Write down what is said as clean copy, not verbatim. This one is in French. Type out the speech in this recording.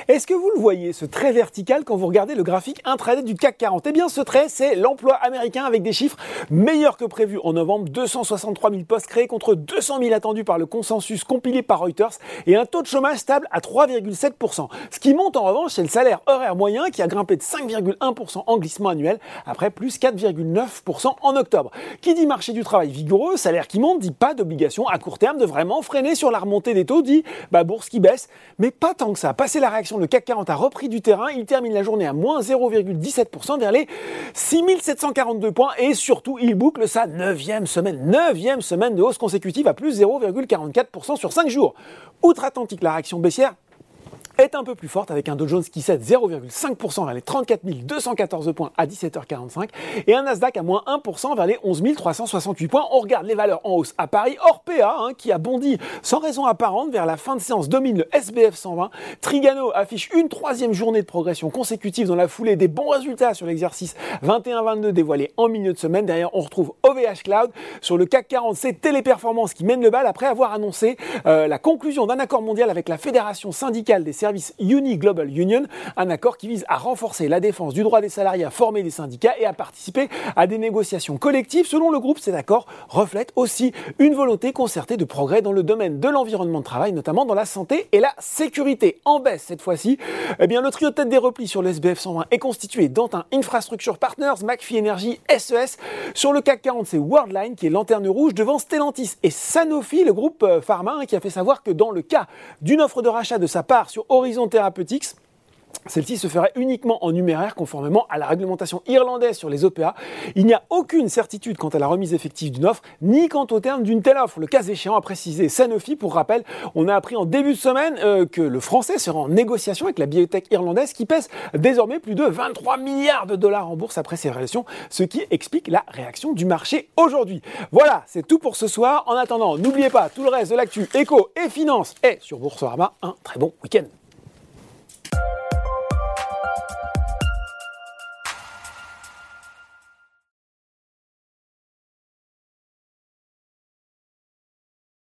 Est-ce que vous le voyez, ce trait vertical, quand vous regardez le graphique intraday du CAC 40 ? Eh bien, ce trait, c'est l'emploi américain avec des chiffres meilleurs que prévu. En novembre, 263 000 postes créés contre 200 000 attendus par le consensus compilé par Reuters et un taux de chômage stable à 3,7%. Ce qui monte en revanche, c'est le salaire horaire moyen qui a grimpé de 5,1% en glissement annuel après plus 4,9% en octobre. Qui dit marché du travail vigoureux, salaire qui monte, dit pas d'obligation à court terme de vraiment freiner sur la remontée des taux, dit bourse qui baisse, mais pas tant que ça. Passé la réaction, le CAC 40 a repris du terrain, il termine la journée à moins 0,17% vers les 6742 points et surtout il boucle sa 9e semaine de hausse consécutive à plus 0,44% sur 5 jours. Outre-Atlantique, la réaction baissière est un peu plus forte avec un Dow Jones qui cède 0,5% vers les 34 214 points à 17h45 et un Nasdaq à moins 1% vers les 11 368 points. On regarde les valeurs en hausse à Paris. Orpea qui a bondi sans raison apparente vers la fin de séance domine le SBF 120. Trigano affiche une 3e journée de progression consécutive dans la foulée des bons résultats sur l'exercice 21-22 dévoilé en milieu de semaine. Derrière, on retrouve OVH Cloud. Sur le CAC 40, c'est Téléperformance qui mène le bal après avoir annoncé la conclusion d'un accord mondial avec la Fédération syndicale des services Uni Global Union, un accord qui vise à renforcer la défense du droit des salariés à former des syndicats et à participer à des négociations collectives. Selon le groupe, cet accord reflète aussi une volonté concertée de progrès dans le domaine de l'environnement de travail, notamment dans la santé et la sécurité. En baisse cette fois-ci, le trio de tête des replis sur le SBF 120 est constitué d'Antin Infrastructure Partners, McPhy Energy, SES. Sur le CAC 40, c'est Worldline qui est lanterne rouge devant Stellantis et Sanofi, le groupe pharma, qui a fait savoir que dans le cas d'une offre de rachat de sa part sur Horizon Therapeutics, celle-ci se ferait uniquement en numéraire conformément à la réglementation irlandaise sur les OPA. Il n'y a aucune certitude quant à la remise effective d'une offre, ni quant au terme d'une telle offre. Le cas échéant, a précisé Sanofi. Pour rappel, on a appris en début de semaine que le français sera en négociation avec la biotech irlandaise qui pèse désormais plus de 23 milliards de dollars en bourse après ses révélations, ce qui explique la réaction du marché aujourd'hui. Voilà, c'est tout pour ce soir. En attendant, n'oubliez pas, tout le reste de l'actu éco et finance est sur Boursorama. Un très bon week-end.